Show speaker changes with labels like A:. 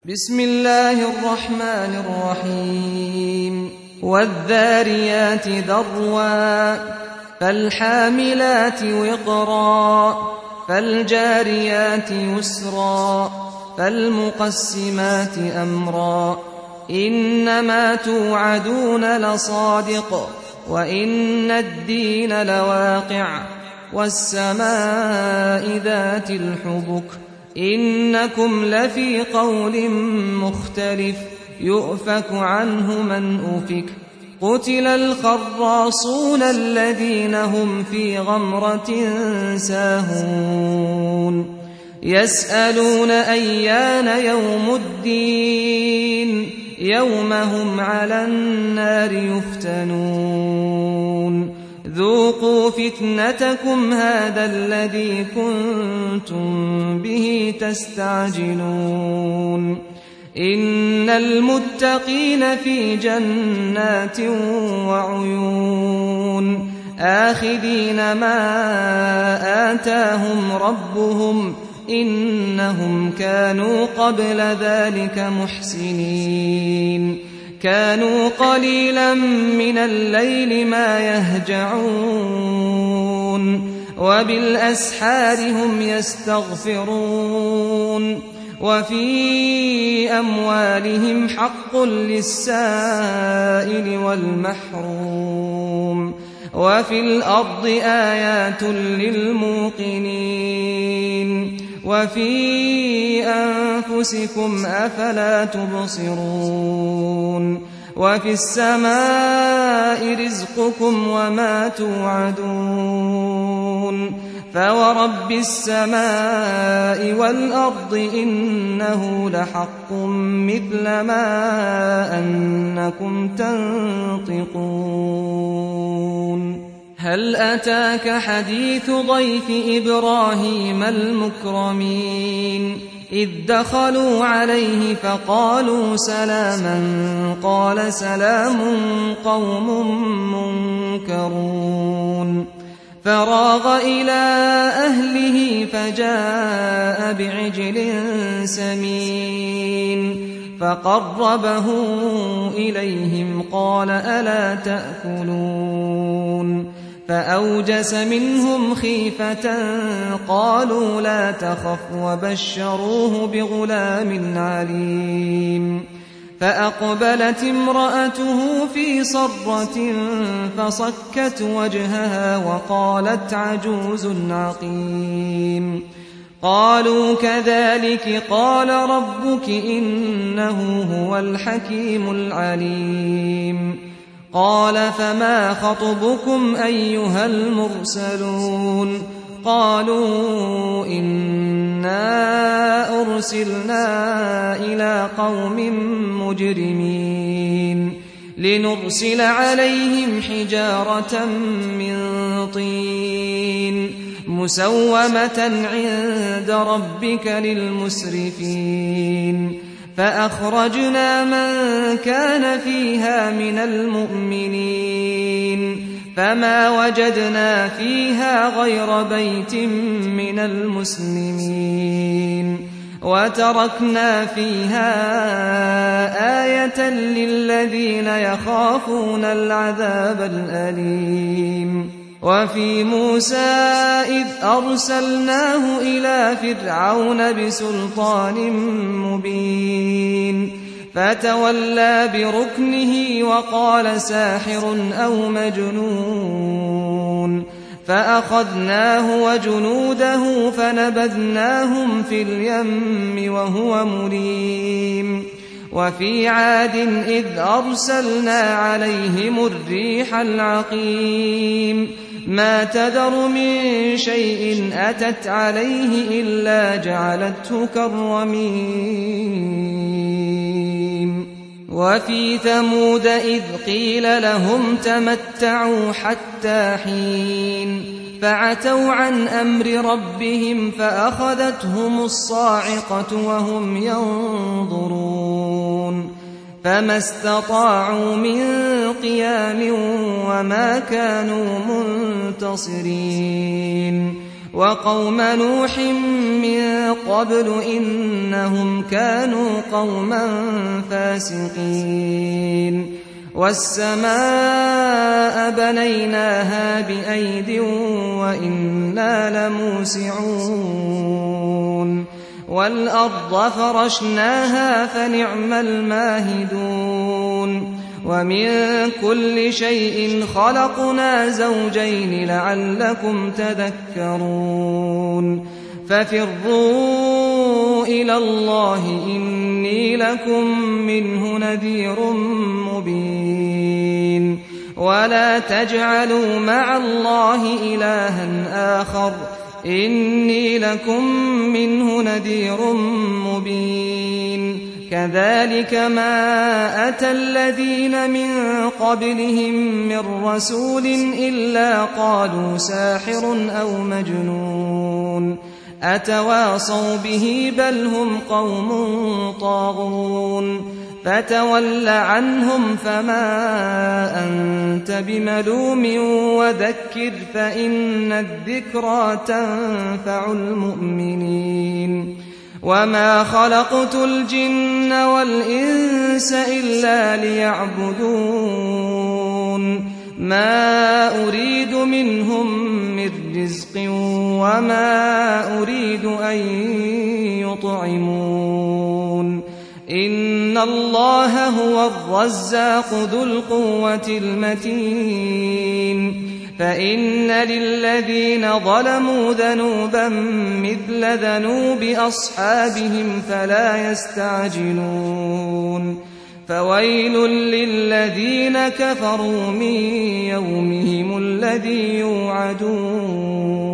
A: بسم الله الرحمن الرحيم والذاريات ذروا فالحاملات وقرا فالجاريات يسرا فالمقسمات أمرا إنما توعدون لصادق وإن الدين لواقع والسماء ذات الحبك إنكم لفي قول مختلف يؤفك عنه من أفك قتل الخراصون الذين هم في غمرة ساهون يسألون أيان يوم الدين يوم هم على النار يفتنون ذوقوا فتنتكم هذا الذي كنتم به تستعجلون إن المتقين في جنات وعيون آخذين ما آتاهم ربهم إنهم كانوا قبل ذلك محسنين كانوا قليلا من الليل ما يهجعون وبالأسحار هم يستغفرون وفي أموالهم حق للسائل والمحروم وفي الأرض آيات للموقنين وفي أنفسكم أفلا تبصرون وفي السماء رزقكم وما توعدون فورب السماء والأرض إنه لحق مثل ما أنكم تنطقون هل أتاك حديث ضيف إبراهيم المكرمين إذ دخلوا عليه فقالوا سلاما قال سلام قوم منكرون فراغ إلى أهله فجاء بعجل سمين فقربه إليهم قال ألا تأكلون فأوجس منهم خيفة قالوا لا تخف وبشروه بغلام عليم فأقبلت امرأته في صرة فصكت وجهها وقالت عجوز عقيم قالوا كذلك قال ربك إنه هو الحكيم العليم قال فما خطبكم أيها المرسلون قالوا إنا أرسلنا إلى قوم مجرمين لنرسل عليهم حجارة من طين مسومة عند ربك للمسرفين فأخرجنا من كان فيها من المؤمنين فما وجدنا فيها غير بيت من المسلمين وتركنا فيها آية للذين يخافون العذاب الأليم وفي موسى إذ أرسلناه إلى فرعون بسلطان مبين فتولى بركنه وقال ساحر أو مجنون فأخذناه وجنوده فنبذناهم في اليم وهو مليم وفي عاد إذ أرسلنا عليهم الريح العقيم ما تذر من شيء أتت عليه إلا جعلته كالرميم وفي ثمود إذ قيل لهم تمتعوا حتى حين فعتوا عن أمر ربهم فأخذتهم الصاعقة وهم ينظرون فما استطاعوا من قيام وما كانوا منتصرين وقوم نوح من قبل إنهم كانوا قوما فاسقين والسماء بنيناها بأيد وإنا لموسعون والأرض فرشناها فنعم الماهدون ومن كل شيء خلقنا زوجين لعلكم تذكرون ففروا إلى الله إني لكم منه نذير مبين ولا تجعلوا مع الله إلها آخر إني لكم منه نذير مبين كذلك ما أتى الذين من قبلهم من رسول إلا قالوا ساحر أو مجنون أتواصوا به بل هم قوم طاغون فتول عنهم فما أنت بملوم وذكر فإن الذكرى تنفع المؤمنين وما خلقت الجن والإنس إلا ليعبدون ما أريد منهم من رزق وما أريد أن يطعمون إن الله هو الرزاق ذو القوة المتين فإن للذين ظلموا ذنوبا مثل ذنوب أصحابهم فلا يستعجلون فويل للذين كفروا من يومهم الذي يوعدون